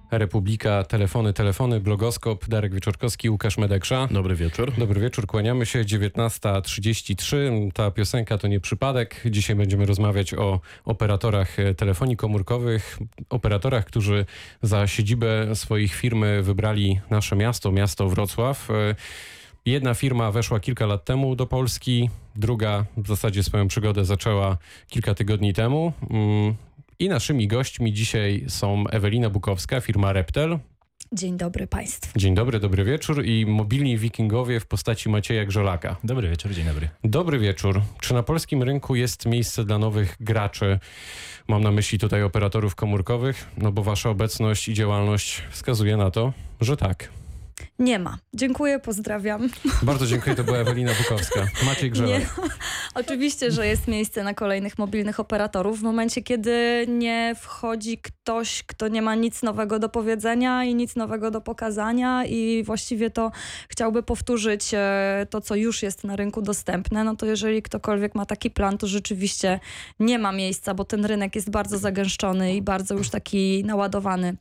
Republika, telefony, blogoskop, Darek Wieczorkowski, Łukasz Medeksza. Dobry wieczór. Dobry wieczór, kłaniamy się, 19:33. Ta piosenka to nie przypadek. Dzisiaj będziemy rozmawiać o operatorach telefonii komórkowych, operatorach, którzy za siedzibę swoich firm wybrali nasze miasto Wrocław. Jedna firma weszła kilka lat temu do Polski, druga w zasadzie swoją przygodę zaczęła kilka tygodni temu. I naszymi gośćmi dzisiaj są Ewelina Bukowska, firma Reptel. Dzień dobry Państwu. Dzień dobry, dobry wieczór i mobilni wikingowie w postaci Macieja Grzolaka. Dobry wieczór, dzień dobry. Dobry wieczór. Czy na polskim rynku jest miejsce dla nowych graczy? Mam na myśli tutaj operatorów komórkowych, no bo wasza obecność i działalność wskazuje na to, że tak. Nie ma. Dziękuję, pozdrawiam. Bardzo dziękuję, to była Ewelina Bukowska. Maciej Grzelak. Oczywiście, że jest miejsce na kolejnych mobilnych operatorów w momencie, kiedy nie wchodzi ktoś, kto nie ma nic nowego do powiedzenia i nic nowego do pokazania i właściwie to chciałby powtórzyć to, co już jest na rynku dostępne, no to jeżeli ktokolwiek ma taki plan, to rzeczywiście nie ma miejsca, bo ten rynek jest bardzo zagęszczony i bardzo już taki naładowany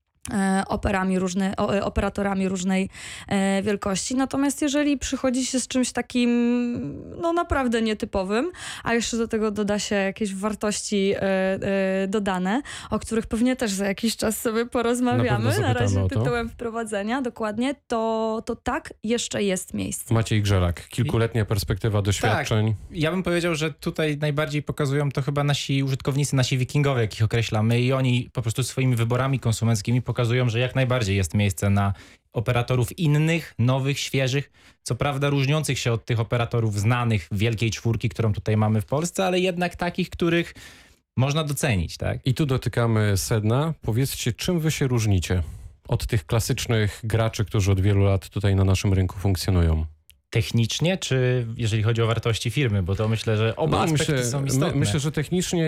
operatorami różnej wielkości. Natomiast jeżeli przychodzi się z czymś takim no naprawdę nietypowym, a jeszcze do tego doda się jakieś wartości dodane, o których pewnie też za jakiś czas sobie porozmawiamy, na razie tytułem wprowadzenia, dokładnie, to tak, jeszcze jest miejsce. Maciej Grzelak, kilkuletnia perspektywa doświadczeń. Tak, ja bym powiedział, że tutaj najbardziej pokazują to chyba nasi użytkownicy, nasi wikingowie, jakich określamy, i oni po prostu swoimi wyborami konsumenckimi pokazują, że jak najbardziej jest miejsce na operatorów innych, nowych, świeżych, co prawda różniących się od tych operatorów znanych wielkiej czwórki, którą tutaj mamy w Polsce, ale jednak takich, których można docenić, tak? I tu dotykamy sedna. Powiedzcie, czym wy się różnicie od tych klasycznych graczy, którzy od wielu lat tutaj na naszym rynku funkcjonują? Technicznie, czy jeżeli chodzi o wartości firmy? Bo to myślę, że oba aspekty są istotne. Myślę, że technicznie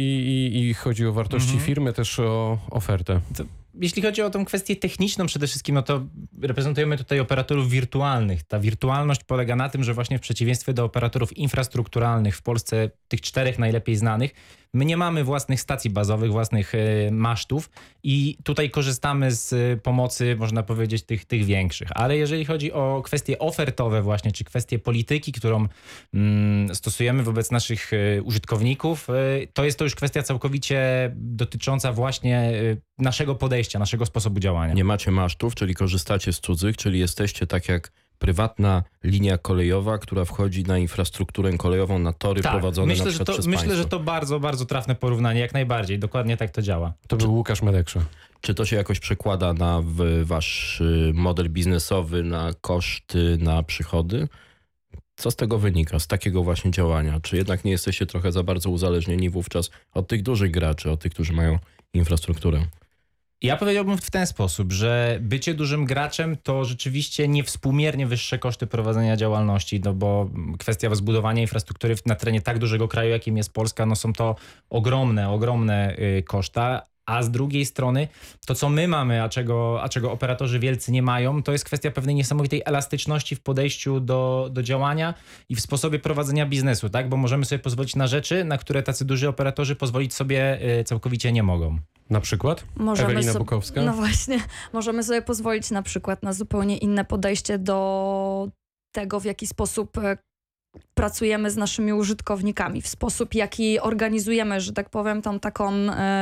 i chodzi o wartości firmy, też o ofertę. Jeśli chodzi o tą kwestię techniczną przede wszystkim, no to reprezentujemy tutaj operatorów wirtualnych. Ta wirtualność polega na tym, że właśnie w przeciwieństwie do operatorów infrastrukturalnych w Polsce, tych 4 najlepiej znanych, my nie mamy własnych stacji bazowych, własnych masztów i tutaj korzystamy z pomocy, można powiedzieć, tych większych. Ale jeżeli chodzi o kwestie ofertowe właśnie, czy kwestie polityki, którą stosujemy wobec naszych użytkowników, to jest to już kwestia całkowicie dotycząca właśnie naszego podejścia, naszego sposobu działania. Nie macie masztów, czyli korzystacie z cudzych, czyli jesteście tak jak prywatna linia kolejowa, która wchodzi na infrastrukturę kolejową, na tory prowadzone na przykład przez państwo. Myślę, że to bardzo, bardzo trafne porównanie, jak najbardziej. Dokładnie tak to działa. To był Łukasz Medeksza. Czy to się jakoś przekłada na wasz model biznesowy, na koszty, na przychody? Co z tego wynika, z takiego właśnie działania? Czy jednak nie jesteście trochę za bardzo uzależnieni wówczas od tych dużych graczy, od tych, którzy mają infrastrukturę? Ja powiedziałbym w ten sposób, że bycie dużym graczem to rzeczywiście niewspółmiernie wyższe koszty prowadzenia działalności, no bo kwestia zbudowania infrastruktury na terenie tak dużego kraju, jakim jest Polska, no są to ogromne koszta. A z drugiej strony to, co my mamy, a czego operatorzy wielcy nie mają, to jest kwestia pewnej niesamowitej elastyczności w podejściu do działania i w sposobie prowadzenia biznesu, tak? Bo możemy sobie pozwolić na rzeczy, na które tacy duży operatorzy pozwolić sobie całkowicie nie mogą. Na przykład? Ewelina Bukowska? No właśnie, możemy sobie pozwolić na przykład na zupełnie inne podejście do tego, w jaki sposób pracujemy z naszymi użytkownikami, w sposób, jaki organizujemy, że tak powiem, tą taką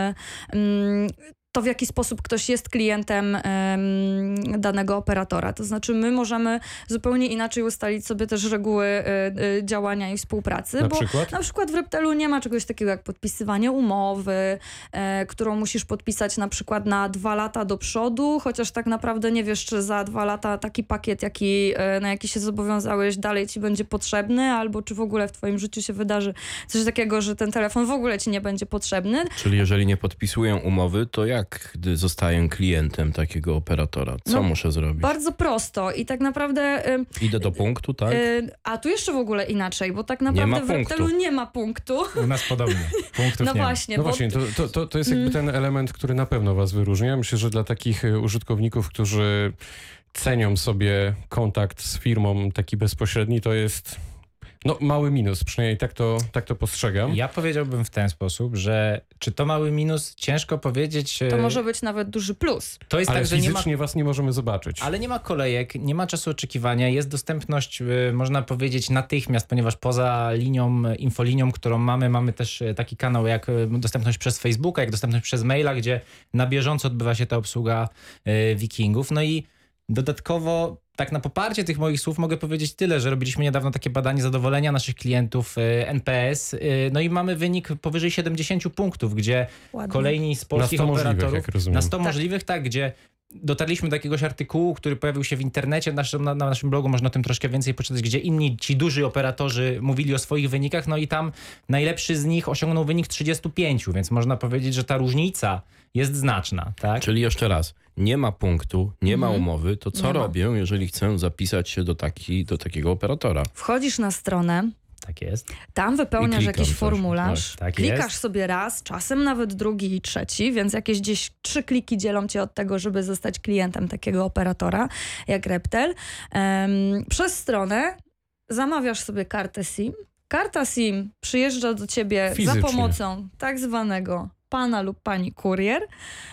to w jaki sposób ktoś jest klientem danego operatora. To znaczy my możemy zupełnie inaczej ustalić sobie też reguły działania i współpracy. Na przykład w Reptelu nie ma czegoś takiego jak podpisywanie umowy, którą musisz podpisać na przykład na 2 lata do przodu, chociaż tak naprawdę nie wiesz, czy za 2 lata taki pakiet, na jaki się zobowiązałeś, dalej ci będzie potrzebny, albo czy w ogóle w twoim życiu się wydarzy coś takiego, że ten telefon w ogóle ci nie będzie potrzebny. Czyli jeżeli nie podpisuję umowy, to jak gdy zostaję klientem takiego operatora? Co muszę zrobić? Bardzo prosto i tak naprawdę... Idę do punktu, tak? A tu jeszcze w ogóle inaczej, bo tak naprawdę w Reptelu nie ma punktu. U nas podobnie. Punktów no nie właśnie. No właśnie, to jest jakby ten element, który na pewno was wyróżnia. Myślę, że dla takich użytkowników, którzy cenią sobie kontakt z firmą taki bezpośredni, to jest No mały minus, przynajmniej tak to postrzegam. Ja powiedziałbym w ten sposób, że czy to mały minus, ciężko powiedzieć. To może być nawet duży plus. To jest ale tak, że fizycznie was nie możemy zobaczyć. Ale nie ma kolejek, nie ma czasu oczekiwania, jest dostępność, można powiedzieć, natychmiast, ponieważ poza infolinią, którą mamy też taki kanał jak dostępność przez Facebooka, jak dostępność przez maila, gdzie na bieżąco odbywa się ta obsługa Wikingów. No i dodatkowo, tak na poparcie tych moich słów mogę powiedzieć tyle, że robiliśmy niedawno takie badanie zadowolenia naszych klientów NPS, no i mamy wynik powyżej 70 punktów, gdzie Ładnie. kolejni z polskich operatorów, jak rozumiem. na 100 możliwych, tak, gdzie dotarliśmy do jakiegoś artykułu, który pojawił się w internecie, na naszym blogu można o tym troszkę więcej poczytać, gdzie inni, ci duży operatorzy mówili o swoich wynikach, no i tam najlepszy z nich osiągnął wynik 35, więc można powiedzieć, że ta różnica jest znaczna, tak? Czyli jeszcze raz, nie ma punktu, nie ma umowy, to co robię, jeżeli chcę zapisać się do takiego operatora? Wchodzisz na stronę, Tak jest. tam wypełniasz jakiś formularz, Tak klikasz jest. sobie raz, czasem nawet drugi i trzeci, więc jakieś gdzieś 3 kliki dzielą cię od tego, żeby zostać klientem takiego operatora jak Reptel. Przez stronę zamawiasz sobie kartę SIM. Karta SIM przyjeżdża do ciebie Fizycznie. za pomocą tak zwanego pana lub pani kurier.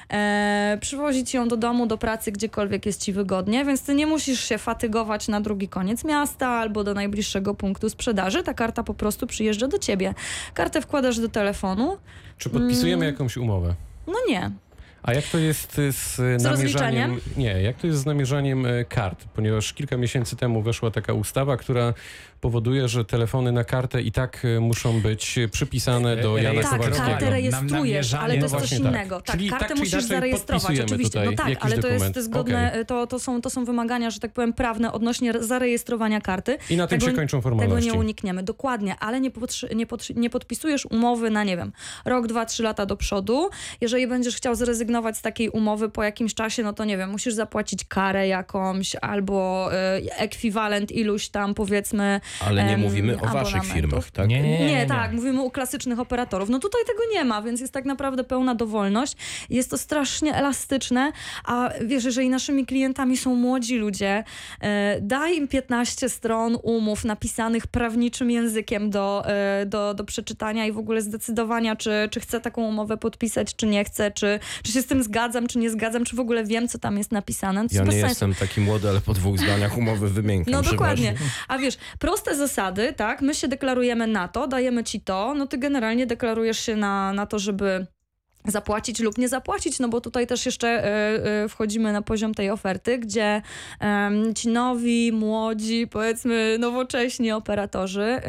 Przywozi ci ją do domu, do pracy, gdziekolwiek jest ci wygodnie, więc ty nie musisz się fatygować na drugi koniec miasta albo do najbliższego punktu sprzedaży. Ta karta po prostu przyjeżdża do ciebie. Kartę wkładasz do telefonu. Czy podpisujemy jakąś umowę? No nie. A jak to jest z namierzaniem? rozliczeniem? Nie, jak to jest z namierzaniem kart? Ponieważ kilka miesięcy temu weszła taka ustawa, która powoduje, że telefony na kartę i tak muszą być przypisane do Jana Tak, Kowalskiego. kartę rejestrujesz, ale to jest coś Właśnie tak. innego. Tak, Czyli kartę tak czy musisz inaczej zarejestrować, podpisujemy oczywiście. tutaj No tak, jakiś ale to dokument. jest zgodne, to są wymagania, że tak powiem, prawne odnośnie zarejestrowania karty. I na tym się kończą formalności. Tego nie unikniemy, dokładnie, ale nie podpisujesz umowy na, nie wiem, rok, 2, 3 lata do przodu. Jeżeli będziesz chciał zrezygnować z takiej umowy po jakimś czasie, no to nie wiem, musisz zapłacić karę jakąś albo ekwiwalent iluś tam, powiedzmy, Ale nie mówimy o waszych abonamentów. firmach, tak? Nie, tak, mówimy o klasycznych operatorów. No tutaj tego nie ma, więc jest tak naprawdę pełna dowolność. Jest to strasznie elastyczne, a wiesz, jeżeli naszymi klientami są młodzi ludzie, daj im 15 stron umów napisanych prawniczym językiem do przeczytania i w ogóle zdecydowania, czy chcę taką umowę podpisać, czy nie chcę, czy się z tym zgadzam, czy nie zgadzam, czy w ogóle wiem, co tam jest napisane. No to Ja bez nie sensu. jestem taki młody, ale po 2 zdaniach umowy wymiękam. No dokładnie. przepraszam. A wiesz, proste zasady, tak? My się deklarujemy na to, dajemy ci to, no ty generalnie deklarujesz się na to, żeby zapłacić lub nie zapłacić, no bo tutaj też jeszcze wchodzimy na poziom tej oferty, gdzie ci nowi, młodzi, powiedzmy nowocześni operatorzy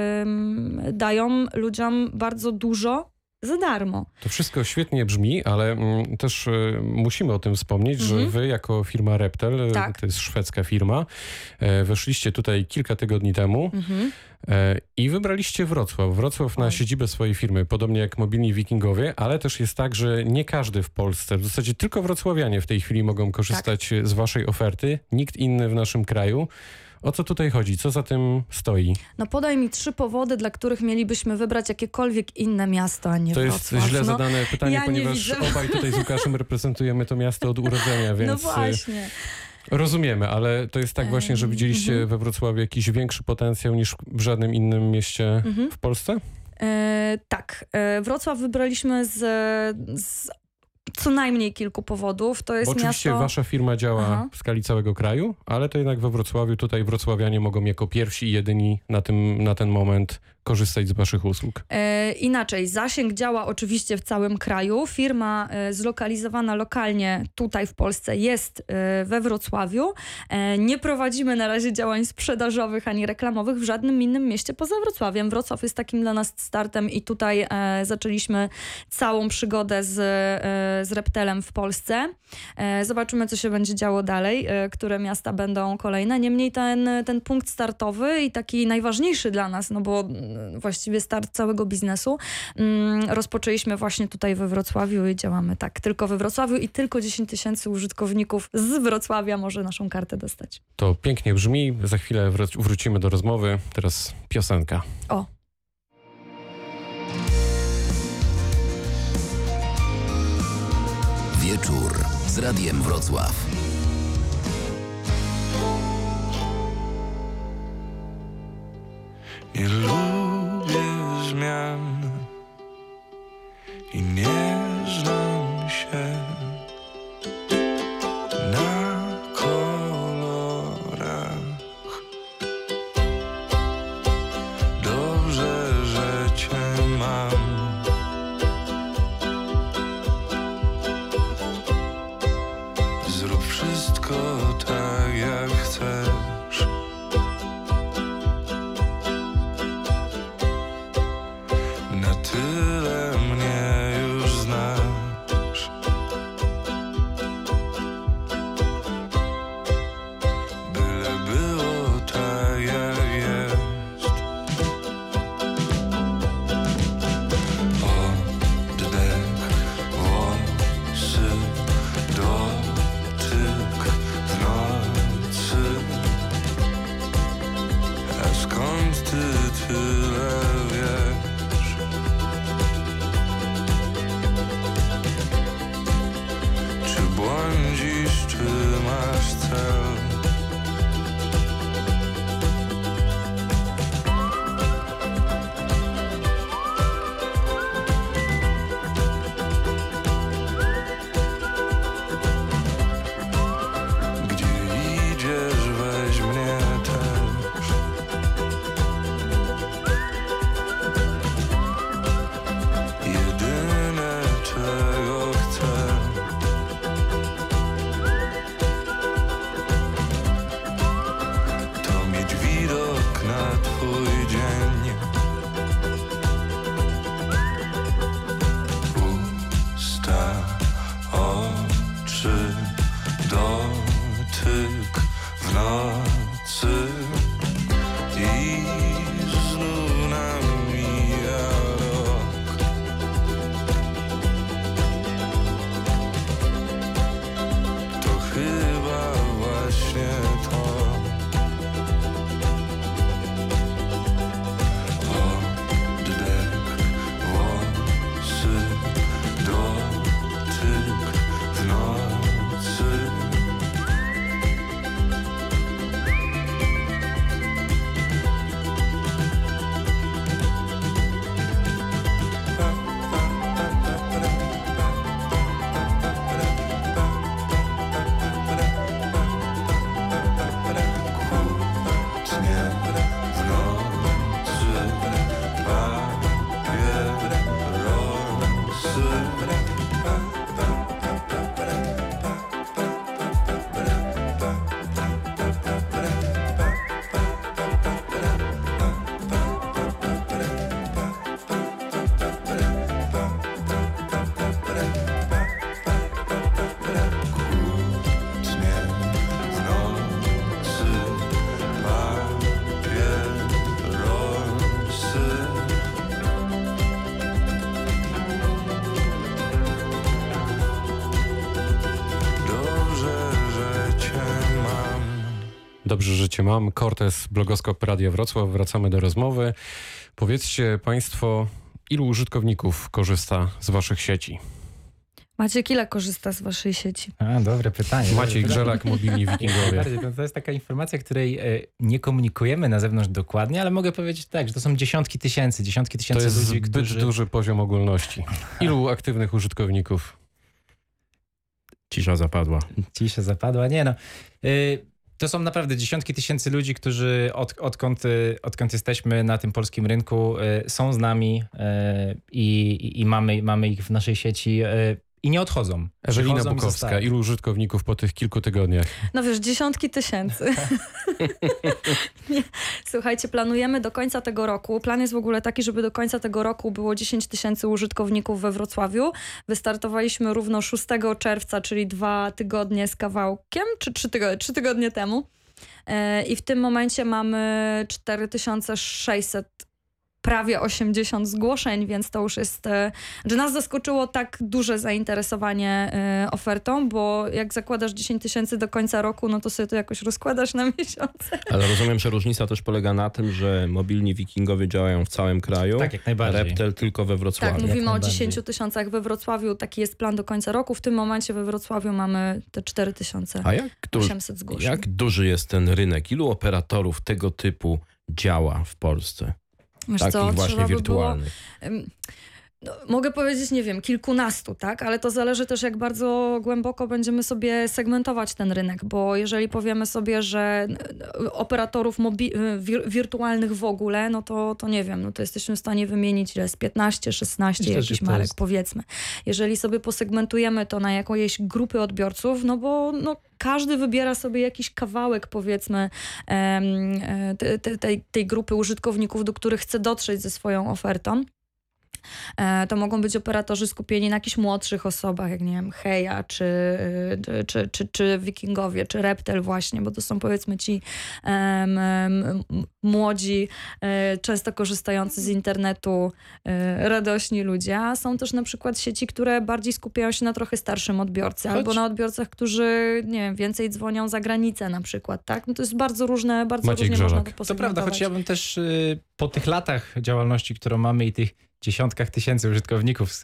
dają ludziom bardzo dużo za darmo. To wszystko świetnie brzmi, ale też musimy o tym wspomnieć, że wy jako firma Reptel, Tak. to jest szwedzka firma, weszliście tutaj kilka tygodni temu i wybraliście Wrocław. Wrocław na siedzibę swojej firmy, podobnie jak Mobilni Wikingowie, ale też jest tak, że nie każdy w Polsce, w zasadzie tylko wrocławianie w tej chwili mogą korzystać z waszej oferty, nikt inny w naszym kraju. O co tutaj chodzi? Co za tym stoi? No podaj mi 3 powody, dla których mielibyśmy wybrać jakiekolwiek inne miasto, a nie To Wrocław. jest źle zadane pytanie, ja nie ponieważ widzę. obaj tutaj z Łukaszem reprezentujemy to miasto od urodzenia, więc No właśnie. rozumiemy, ale to jest tak właśnie, że widzieliście we Wrocławiu jakiś większy potencjał niż w żadnym innym mieście w Polsce? Tak. Wrocław wybraliśmy z co najmniej kilku powodów. To jest Bo oczywiście miasto... wasza firma działa w skali całego kraju, ale to jednak we Wrocławiu tutaj wrocławianie mogą jako pierwsi i jedyni na ten moment korzystać z waszych usług. Inaczej, zasięg działa oczywiście w całym kraju. Firma zlokalizowana lokalnie tutaj w Polsce jest we Wrocławiu. Nie prowadzimy na razie działań sprzedażowych ani reklamowych w żadnym innym mieście poza Wrocławiem. Wrocław jest takim dla nas startem i tutaj zaczęliśmy całą przygodę z Reptelem w Polsce. Zobaczymy, co się będzie działo dalej, które miasta będą kolejne. Niemniej ten punkt startowy i taki najważniejszy dla nas, no bo właściwie start całego biznesu, rozpoczęliśmy właśnie tutaj we Wrocławiu i działamy tak tylko we Wrocławiu i tylko 10 000 użytkowników z Wrocławia może naszą kartę dostać. To pięknie brzmi. Za chwilę wrócimy do rozmowy. Teraz piosenka. O. Wieczór z Radiem Wrocław. Nie lubię zmian i nie znam się na kolorach. Dobrze, że cię mam. Zrób wszystko tak, jak chcesz. Na tyle mnie już znasz. Byle było tak, jak jest. Oddech, włosy, dotyk w nocy. A skąd ty tyle wiesz? Czy błądzisz, czy masz cel? Gdzie idziesz, weź mnie też. Jedyne, czego chcę, to mieć widok na twój dzień. Usta, oczy, dotyk w nocy i znów nam mija rok. To chyba właśnie to. Oddech, włosy, dotyk w nocy. Kłótnie w nocy, papierosy. Kłótnie w nocy, papierosy. Dobrze, że cię mam. Dobrze, że cię mam. Cortez, blogoskop Radia Wrocław. Wracamy do rozmowy. Powiedzcie państwo, ilu użytkowników korzysta z waszych sieci? Maciek, ile korzysta z waszej sieci? Dobre pytanie. Maciej Grzelak, Mobilni Wikingowie. To jest taka informacja, której nie komunikujemy na zewnątrz dokładnie, ale mogę powiedzieć tak, że to są dziesiątki tysięcy To jest ludzi, zbyt którzy... duży poziom ogólności. Ilu aktywnych użytkowników? Cisza zapadła. Cisza zapadła. Nie no. To są naprawdę dziesiątki tysięcy ludzi, którzy odkąd jesteśmy na tym polskim rynku, są z nami i mamy ich w naszej sieci i nie odchodzą. Ewelina Przychodzą i Bukowska, zostają. ilu użytkowników po tych kilku tygodniach? No wiesz, dziesiątki tysięcy. Nie. Słuchajcie, planujemy do końca tego roku. Plan jest w ogóle taki, żeby do końca tego roku było 10 tysięcy użytkowników we Wrocławiu. Wystartowaliśmy równo 6 czerwca, czyli 2 tygodnie z kawałkiem, czy 3 tygodnie temu. I w tym momencie mamy 4600 prawie 80 zgłoszeń, więc to już jest, że nas zaskoczyło tak duże zainteresowanie ofertą, bo jak zakładasz 10 tysięcy do końca roku, no to sobie to jakoś rozkładasz na miesiące. Ale rozumiem, że różnica też polega na tym, że mobilni wikingowie działają w całym kraju, tak, jak najbardziej. Reptel tylko we Wrocławiu. Tak, mówimy o 10 tysiącach we Wrocławiu, taki jest plan do końca roku. W tym momencie we Wrocławiu mamy te 4800 zgłoszeń. Jak duży jest ten rynek? Ilu operatorów tego typu działa w Polsce? Takich właśnie wirtualnych. No, mogę powiedzieć, nie wiem, kilkunastu, tak? Ale to zależy też, jak bardzo głęboko będziemy sobie segmentować ten rynek, bo jeżeli powiemy sobie, że operatorów wirtualnych w ogóle, no to nie wiem, no to jesteśmy w stanie wymienić ile z 15, 16 jakichś marek, powiedzmy. Jeżeli sobie posegmentujemy to na jakieś grupy odbiorców, no bo każdy wybiera sobie jakiś kawałek, powiedzmy, tej grupy użytkowników, do których chce dotrzeć ze swoją ofertą. To mogą być operatorzy skupieni na jakichś młodszych osobach, jak nie wiem, Heja, czy Wikingowie, czy Reptel właśnie, bo to są powiedzmy ci młodzi, często korzystający z internetu, radośni ludzie, a są też na przykład sieci, które bardziej skupiają się na trochę starszym odbiorcy, albo na odbiorcach, którzy, nie wiem, więcej dzwonią za granicę na przykład, tak? No to jest bardzo różnie można to posegmentować. To prawda, choć ja bym też po tych latach działalności, którą mamy i tych dziesiątkach tysięcy użytkowników,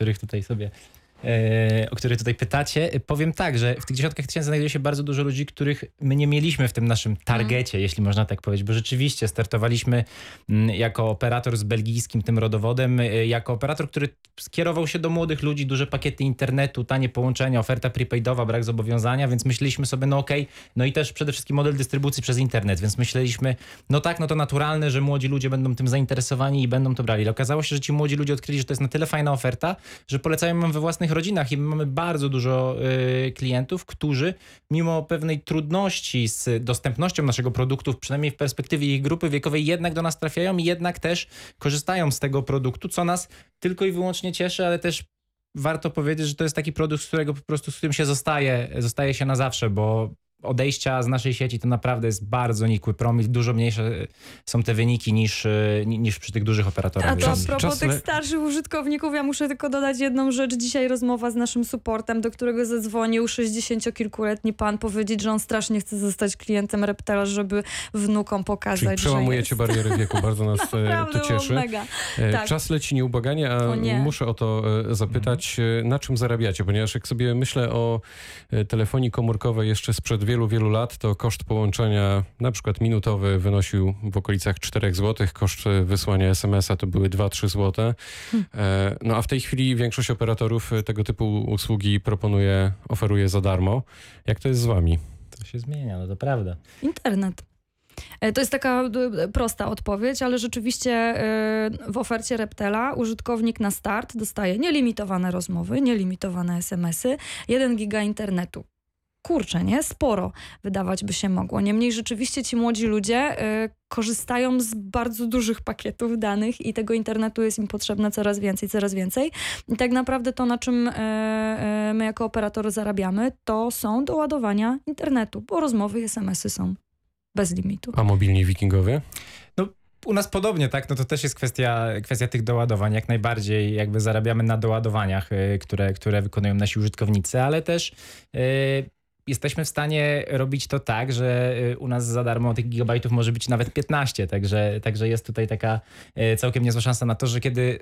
o których tutaj pytacie, powiem tak, że w tych dziesiątkach tysięcy znajduje się bardzo dużo ludzi, których my nie mieliśmy w tym naszym targecie, jeśli można tak powiedzieć, bo rzeczywiście startowaliśmy jako operator z belgijskim tym rodowodem, jako operator, który skierował się do młodych ludzi, duże pakiety internetu, tanie połączenia, oferta prepaidowa, brak zobowiązania, więc myśleliśmy sobie, no i też przede wszystkim model dystrybucji przez internet, więc myśleliśmy, no to naturalne, że młodzi ludzie będą tym zainteresowani i będą to brali. Ale okazało się, że ci młodzi ludzie odkryli, że to jest na tyle fajna oferta, że polecają ją we własnych rodzinach i my mamy bardzo dużo klientów, którzy mimo pewnej trudności z dostępnością naszego produktu, przynajmniej w perspektywie ich grupy wiekowej, jednak do nas trafiają i jednak też korzystają z tego produktu, co nas tylko i wyłącznie cieszy, ale też warto powiedzieć, że to jest taki produkt, z którym się zostaje się na zawsze, bo odejścia z naszej sieci to naprawdę jest bardzo nikły promil, dużo mniejsze są te wyniki niż przy tych dużych operatorach. A to a propos tych starszych użytkowników, ja muszę tylko dodać jedną rzecz. Dzisiaj rozmowa z naszym supportem, do którego zadzwonił 60-kilkuletni pan powiedzieć, że on strasznie chce zostać klientem Reptela, żeby wnukom pokazać, czyli przełamujecie bariery wieku, bardzo nas to cieszy. Mega. Tak. Czas leci nieubłaganie, a muszę o to zapytać, na czym zarabiacie? Ponieważ jak sobie myślę o telefonii komórkowej jeszcze sprzed wielu lat, to koszt połączenia na przykład minutowy wynosił w okolicach 4 zł, koszt wysłania SMS-a to były 2-3 zł. No a w tej chwili większość operatorów tego typu usługi oferuje za darmo. Jak to jest z wami? To się zmienia, no to prawda. Internet. To jest taka prosta odpowiedź, ale rzeczywiście w ofercie Reptela użytkownik na start dostaje nielimitowane rozmowy, nielimitowane SMS-y, 1 giga internetu. Kurczę, nie? Sporo wydawać by się mogło. Niemniej rzeczywiście ci młodzi ludzie korzystają z bardzo dużych pakietów danych i tego internetu jest im potrzebne coraz więcej. I tak naprawdę to, na czym my jako operator zarabiamy, to są doładowania internetu, bo rozmowy i SMS-y są bez limitu. A mobilni wikingowie? No, u nas podobnie, tak? No to też jest kwestia tych doładowań. Jak najbardziej jakby zarabiamy na doładowaniach, które wykonują nasi użytkownicy, ale też jesteśmy w stanie robić to tak, że u nas za darmo tych gigabajtów może być nawet 15, także jest tutaj taka całkiem niezła szansa na to, że kiedy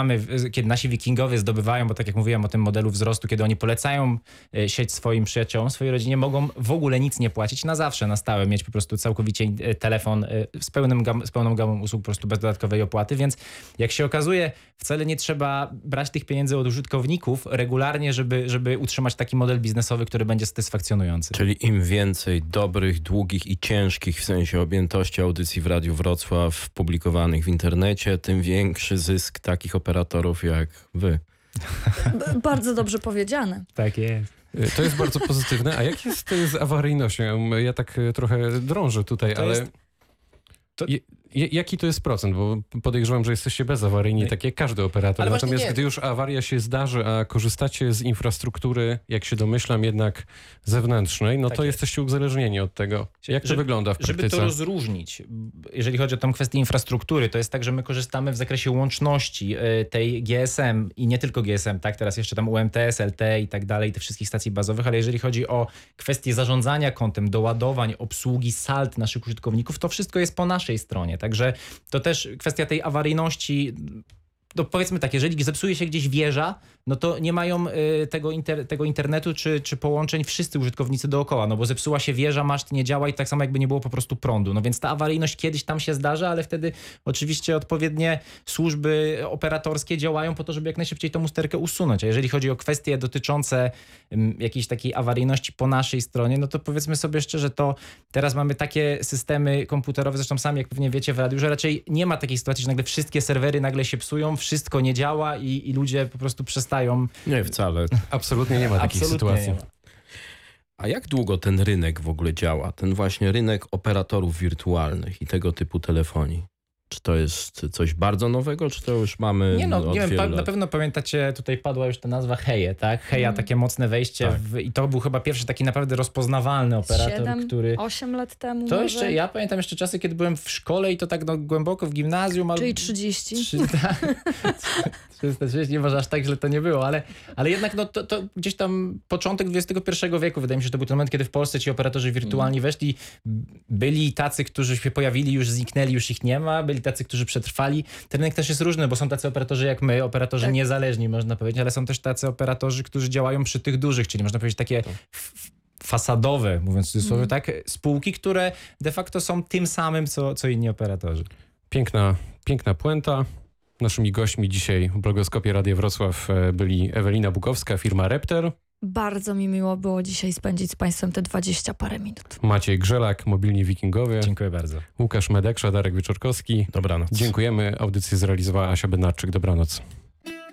nasi wikingowie zdobywają, bo tak jak mówiłem o tym modelu wzrostu, kiedy oni polecają sieć swoim przyjaciołom, swojej rodzinie, mogą w ogóle nic nie płacić na zawsze, na stałe, mieć po prostu całkowicie telefon z pełną gamą usług, po prostu bez dodatkowej opłaty, więc jak się okazuje, wcale nie trzeba brać tych pieniędzy od użytkowników regularnie, żeby utrzymać taki model biznesowy, który będzie satysfakcjonujący. Czyli im więcej dobrych, długich i ciężkich w sensie objętości audycji w Radiu Wrocław publikowanych w internecie, tym większy zysk takich operatorów jak wy. Bardzo dobrze powiedziane. Tak jest. To jest bardzo pozytywne. A jak jest z awaryjnością? Ja tak trochę drążę tutaj, jaki to jest procent? Bo podejrzewam, że jesteście bezawaryjni, tak jak każdy operator. Natomiast gdy już awaria się zdarzy, a korzystacie z infrastruktury, jak się domyślam, jednak zewnętrznej, no tak to jesteście uzależnieni od tego. Jak to wygląda w praktyce? Żeby to rozróżnić, jeżeli chodzi o tą kwestię infrastruktury, to jest tak, że my korzystamy w zakresie łączności tej GSM i nie tylko GSM, tak? Teraz jeszcze tam UMTS, LTE i tak dalej, tych wszystkich stacji bazowych, ale jeżeli chodzi o kwestię zarządzania kontem, doładowań, obsługi sald naszych użytkowników, to wszystko jest po naszej stronie. Także to też kwestia tej awaryjności no powiedzmy tak, jeżeli zepsuje się gdzieś wieża, no to nie mają tego internetu czy połączeń wszyscy użytkownicy dookoła, no bo zepsuła się wieża, maszt nie działa i tak samo jakby nie było po prostu prądu. No więc ta awaryjność kiedyś tam się zdarza, ale wtedy oczywiście odpowiednie służby operatorskie działają po to, żeby jak najszybciej tą usterkę usunąć. A jeżeli chodzi o kwestie dotyczące jakiejś takiej awaryjności po naszej stronie, no to powiedzmy sobie szczerze, to teraz mamy takie systemy komputerowe, zresztą sami jak pewnie wiecie w radiu, że raczej nie ma takiej sytuacji, że nagle wszystkie serwery nagle się psują, wszystko nie działa i ludzie po prostu przestają. Nie, wcale. Absolutnie nie ma takiej sytuacji. A jak długo ten rynek w ogóle działa? Ten właśnie rynek operatorów wirtualnych i tego typu telefonii? Czy to jest coś bardzo nowego, czy to już mamy nie od wiem, wielu lat? na pewno pamiętacie, tutaj padła już ta nazwa Heje, tak? Heja, takie mocne wejście i to był chyba pierwszy taki naprawdę rozpoznawalny operator, 8 lat temu. To może? jeszcze, ja pamiętam jeszcze czasy, kiedy byłem w szkole i to tak głęboko w gimnazjum. Czyli 30. 330, może aż tak źle to nie było, ale jednak no, to gdzieś tam początek XXI wieku, wydaje mi się, że to był ten moment, kiedy w Polsce ci operatorzy wirtualni weszli. Byli tacy, którzy się pojawili, już zniknęli, już ich nie ma. Byli tacy, którzy przetrwali. Ten rynek też jest różny, bo są tacy operatorzy jak my, operatorzy niezależni, można powiedzieć, ale są też tacy operatorzy, którzy działają przy tych dużych, czyli można powiedzieć takie fasadowe, mówiąc w cudzysłowie, tak, spółki, które de facto są tym samym, co inni operatorzy. Piękna puenta. Naszymi gośćmi dzisiaj w blogoskopie Radia Wrocław byli Ewelina Bukowska, firma Repter. Bardzo mi miło było dzisiaj spędzić z Państwem te 20 parę minut. Maciej Grzelak, Mobilni Wikingowie. Dziękuję bardzo. Łukasz Medeksza, Darek Wieczorkowski. Dobranoc. Dziękujemy. Audycję zrealizowała Asia Bednarczyk. Dobranoc.